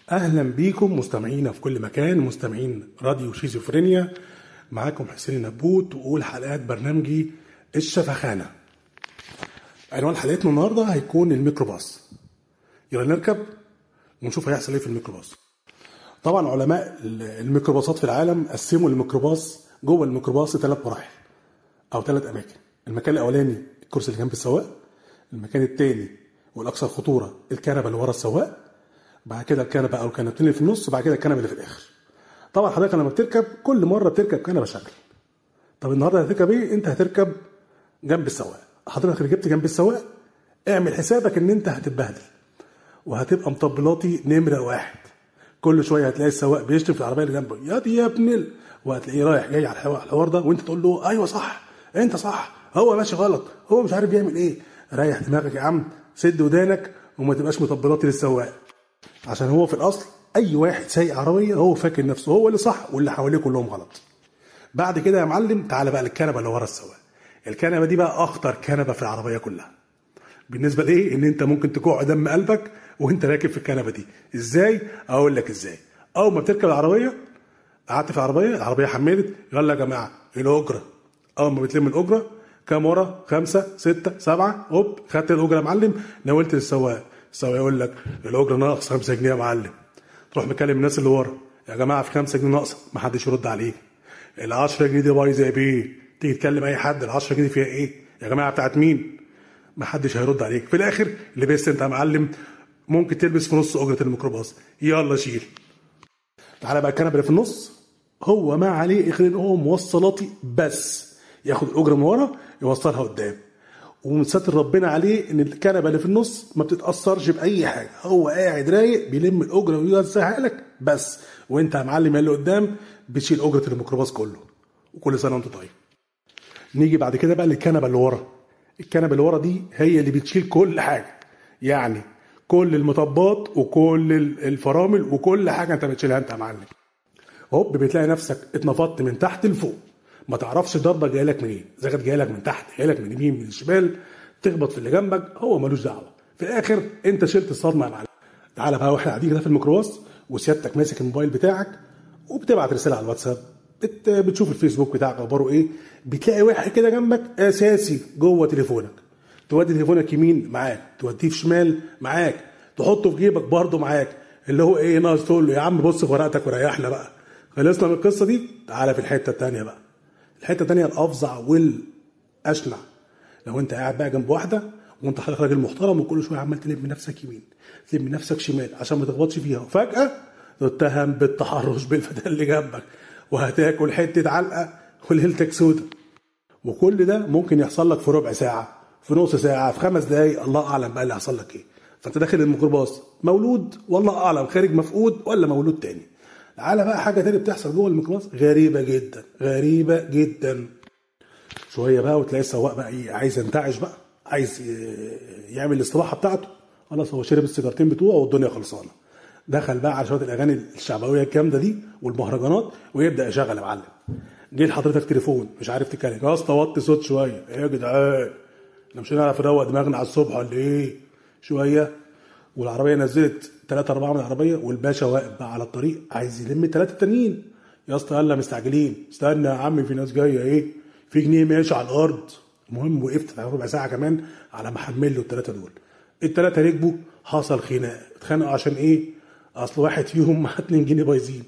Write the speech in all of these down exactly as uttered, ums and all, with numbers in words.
اهلا بيكم مستمعينا في كل مكان، مستمعين راديو شيزوفرينيا. معاكم حسين النبوت واول حلقات برنامجي الشفخانه. عنوان حلقتنا النهارده هيكون الميكروباص. يلا نركب ونشوف هيحصل ايه في الميكروباص. طبعا علماء الميكروباصات في العالم قسموا الميكروباص جوه الميكروباص ثلاث مراحل او ثلاث اماكن. المكان الاولاني الكرسي اللي جنب السواق، المكان الثاني والاكثر خطوره الكنبه اللي ورا السواق، بعد كده الكنبه او الكنبتين اللي في النص، وبعد كده الكنبه اللي في الاخر. طبعا حضرتك لما بتركب كل مره بتركب كنبه شكل. طب النهارده هتركب ايه؟ انت هتركب جنب السواق. حضرتك ركبت جنب السواق، اعمل حسابك ان انت هتتبهدل وهتبقى مطبلاتي نمره واحد. كل شويه هتلاقي السواق بيشتم في العربيه اللي جنبه، يا دي يا ابن، وهتلاقيه رايح جاي على الحوار ده، وانت تقول له ايوه صح، انت صح، هو ماشي غلط، هو مش عارف يعمل ايه. ريح دماغك يا عم، سد ودانك وما تبقاش مطبلاتي للسواق. عشان هو في الاصل اي واحد سايق عربيه هو فاكر نفسه هو اللي صح واللي حواليه كلهم غلط. بعد كده يا معلم تعالى بقى للكنبه اللي ورا السواق. الكنبه دي بقى اخطر كنبه في العربيه كلها. بالنسبه لايه؟ ان انت ممكن تكوع دم قلبك وانت راكب في الكنبه دي. ازاي؟ اقول لك ازاي. اول ما بتركب العربيه، قعدت في العربيه، العربيه حملت، يلا يا جماعه الاجره. اول ما بتلم الاجره كام ورا؟ خمسه سته سبعه، هوب خدت الاجره يا معلم، ناولت للسواق. السواق يقول لك الاجره ناقص خمسة جنيه يا معلم. تروح مكلم الناس اللي ورا، يا جماعه في خمسة جنيه ناقصه، ما حدش يرد عليك. ال عشرة جنيه دي بايظه يا بيه. تيجي تكلم اي حد، ال عشرة جنيه فيها ايه يا جماعه؟ بتاعت مين؟ ما حدش هيرد عليك. في الاخر لبست انت يا معلم، ممكن تلبس في نص اجره الميكروباص. يلا شيل. تعالى بقى الكنبه اللي في النص، هو ما عليه غير ان هو موصلاتي بس، ياخد الاجره من ورا يوصلها قدام، ومستر ربنا عليه ان الكنبه اللي في النص ما بتتاثرش باي حاجه. هو قاعد رايق بيلم الاجره ويوزعها لك بس، وانت يا معلم اللي قدام بتشيل اجره الميكروباص كله. وكل سنه وانت طيب. نيجي بعد كده بقى للكنبه اللي ورا. الكنبه اللي ورا دي هي اللي بتشيل كل حاجه، يعني كل المطبات وكل الفرامل وكل حاجه انت بتشيلها انت يا معلم. هوب بتلاقي نفسك اتنفضت من تحت لفوق، ما تعرفش ضربه جايه لك منين، اذا كانت جايه لك من تحت، جايه لك من اليمين، من الشمال، تخبط في اللي جنبك، هو ملوش دعوه. في الاخر انت شلت الصدمه يا معلم. تعالى بقى واحنا قاعدين كده في الميكروباص وسيادتك ماسك الموبايل بتاعك وبتبعت رساله على الواتساب، بت... بتشوف الفيسبوك بتاعك اخباره ايه، بتلاقي واحد كده جنبك اساسي جوه تليفونك. تودي تليفونك يمين معاك، توديه في شمال معاك، تحطه في جيبك برضه معاك. اللي هو ايه؟ ناقص تقول له يا عم بص في ورقتك وريحنا بقى. خلصنا من القصه دي. تعالى في الحته الثانيه بقى. الحته الثانيه الافظع والاشنع. لو انت قاعد بقى جنب واحده وانت حضرتك راجل محترم وكل شويه عمال تلم نفسك يمين، تلم نفسك شمال عشان ما تخبطش فيها، وفجاه تتهم بالتحرش بالفتاه اللي جنبك وهتاكل حته علقه وليلتك سودة. وكل ده ممكن يحصل لك في ربع ساعه، في نص ساعه، في خمس دقايق، الله اعلم بقى اللي هيحصل لك ايه. فانت داخل الميكروباص مولود والله اعلم، خارج مفقود ولا مولود تاني. تعالى بقى حاجه تانية بتحصل جوه الميكروباص غريبه جدا، غريبه جدا. شويه بقى وتلاقي السواق بقى ايه، عايز ينتعش بقى، عايز يعمل الاستراحه بتاعته. خلاص هو شرب السيجارتين بتوعه والدنيا خلصانه. دخل بقى على شويه الاغاني الشعبويه الجامده دي والمهرجانات ويبدا يشغل يا معلم. جه لحضرتك تليفون مش عارف تتكلم، يا اسطى وطي صوت شويه. ايه يا جدعان، احنا مش هنعرف نروق دماغنا على الصبح ولا ايه؟ شويه والعربيه نزلت ثلاثة أربعة من العربيه والباشا واقف بقى على الطريق عايز يلم الثلاثه التانيين. يا اسطى يلا مستعجلين، استنى يا عم في ناس جايه، ايه في جنيه ماشي على الارض. المهم وقفت ربع ساعه كمان على ما احمل له الثلاثه دول. الثلاثه ركبوا، حصل خناقه، اتخانقوا عشان ايه؟ اصل واحد فيهم مع اتنين جنيه بايظين.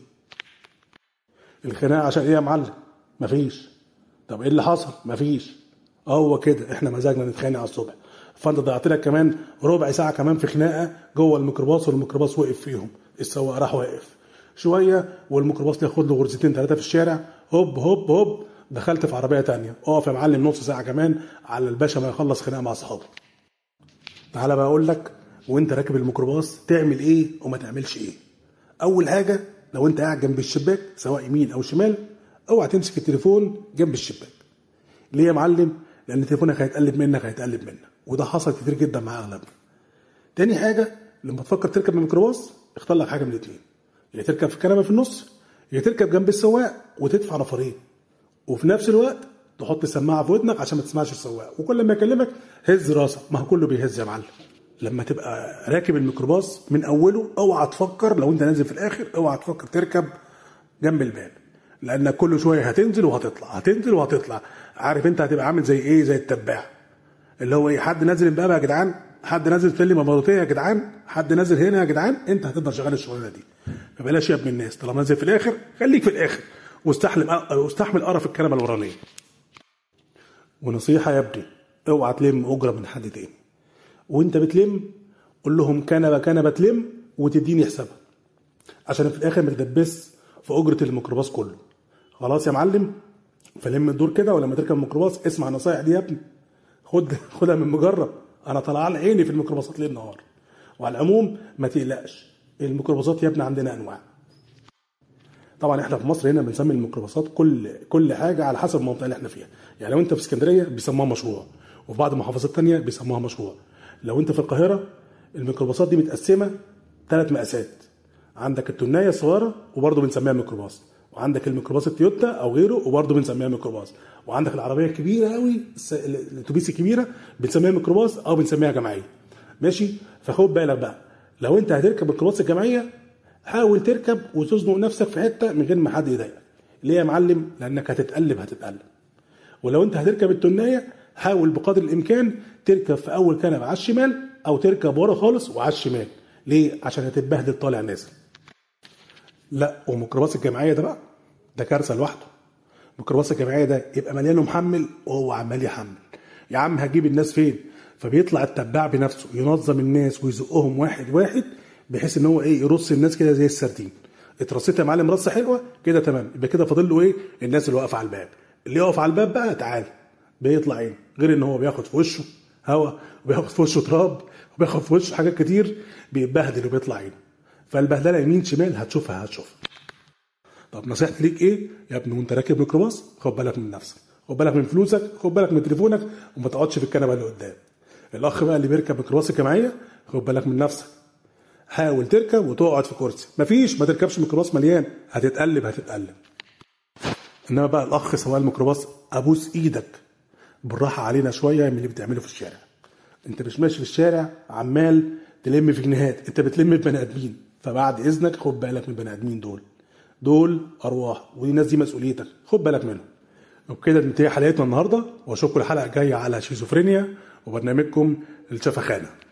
الخناقه عشان ايه يا معلم؟ مفيش. طب ايه اللي حصل؟ مفيش. هو كده احنا مزاجنا نتخانق على الصبح. فانت ضيعت لك كمان ربع ساعه كمان في خناقه جوه الميكروباص، والميكروباص وقف فيهم، السواق راح واقف شويه والميكروباص ياخد له غرزتين ثلاثه في الشارع، هوب هوب هوب دخلت في عربيه تانية. اقف يا معلم نص ساعه كمان على الباشا ما يخلص خناقه مع اصحابه. تعالى بقى اقول لك وانت راكب الميكروباص تعمل ايه وما تعملش ايه. اول حاجه لو انت قاعد جنب الشباك سواء يمين او شمال، اوعى تمسك التليفون جنب الشباك. ليه يا معلم؟ لان تليفونك هيتقلب منك هيتقلب منك وده حصل كتير جدا مع اغلبنا. تاني حاجه لما تفكر تركب الميكروباص اختار لك حاجه من الاثنين، يا تركب في الكنبه في النص يا تركب جنب السواق وتدفع نفرين، وفي نفس الوقت تحط السماعه في ودنك عشان ما تسمعش السواق، وكل ما يكلمك هز راسك، ما هو كله بيهز يا معلم. لما تبقى راكب الميكروباص من اوله اوعى تفكر، لو انت نازل في الاخر اوعى تفكر تركب جنب الباب، لانك كل شويه هتنزل وهتطلع هتنزل وهتطلع. عارف انت هتبقى عامل زي ايه؟ زي التباع اللي هو ايه، حد نازل الباب يا جدعان، حد نازل سلم مرتين يا جدعان، حد نازل هنا يا جدعان. انت هتفضل شغال الشغلانه دي. فبلاش يا ابن الناس، طالما نازل في الاخر خليك في الاخر واستحمل واستحمل قرف الكنبه الورانيه. ونصيحه يا ابني، اوعى تلم اجره من حد تاني، وانت بتلم قول لهم كنبه كنبه تلم وتديني حسابها، عشان في الاخر ما تدبس في اجره الميكروباص كله. خلاص يا معلم؟ فلم الدور كده، ولما تركب الميكروباص اسمع النصايح دي يا ابني، خد خدها من مجرب. انا طالع على عيني في الميكروباصات ليل نهار. وعلى العموم ما تقلقش، الميكروباصات يا ابني عندنا انواع. طبعا احنا في مصر هنا بنسمي الميكروباصات كل كل حاجه على حسب المنطقه اللي احنا فيها. يعني لو انت في اسكندريه بيسموها مشروع، وفي بعض المحافظات الثانيه بيسموها مشروع. لو انت في القاهره الميكروباصات دي متقسمه ثلاث مقاسات. عندك التنايه الصغيره وبرضه بنسميها ميكروباص، وعندك الميكروباص التويوتا او غيره وبرضه بنسميها ميكروباص، وعندك العربيه الكبيره قوي الاتوبيس الكبيره بنسميها ميكروباص او بنسميها جمعيه. ماشي؟ فخد بالك بقى، لو انت هتركب ميكروباص الجمعيه حاول تركب وتزنق نفسك في حته من غير ما حد يضايقك. ليه يا معلم؟ لانك هتتقلب هتتقلب. ولو انت هتركب التنايه حاول بقدر الامكان تركب في اول كنبه على الشمال او تركب ورا خالص وعلى الشمال. ليه؟ عشان هتتبهدل طالع نازل. لا، وميكروباص الجمعيه ده بقى ده كارثه لوحده. ميكروباص الجمعيه ده يبقى مليان محمل وهو عمال يحمل. يا عم هتجيب الناس فين؟ فبيطلع التباع بنفسه ينظم الناس ويزقهم واحد واحد، بحيث ان هو ايه، يرص الناس كده زي السردين. اترصيت يا معلم رصه حلوه كده تمام، يبقى كده فاضل له ايه؟ الناس اللي واقفه على الباب. اللي يقف على الباب بقى تعال بيطلع ايه؟ غير ان هو بياخد في وشه هوا، وبياخد في وشه تراب، وبياخد في وشه حاجات كتير، بيتبهدل وبيطلع عينه. فالبهدله يمين شمال هتشوفها هتشوفها. طب نصيحتي ليك ايه يا ابني وانت راكب ميكروباص؟ خد بالك من نفسك، خد بالك من فلوسك، خد بالك من تليفونك، وما تقعدش في الكنبه اللي قدام. الاخ بقى اللي بيركب ميكروباص الجمعيه خد بالك من نفسك، حاول تركب وتقعد في كرسي. مفيش، ما تركبش ميكروباص مليان، هتتقلب هتتقلب. انما بقى الاخ سواق الميكروباص ابوس ايدك بالراحه علينا شويه من اللي بتعمله في الشارع. انت مش ماشي في الشارع عمال تلم في جنيهات، انت بتلم في بني ادمين. فبعد اذنك خد بالك من البني ادمين دول، دول ارواح، والناس دي مسؤوليتك، خد بالك منهم. وبكده تنتهي حلقتنا النهارده، واشوفكم الحلقه الجايه على شيزوفرينيا وبرنامجكم الشفخانه.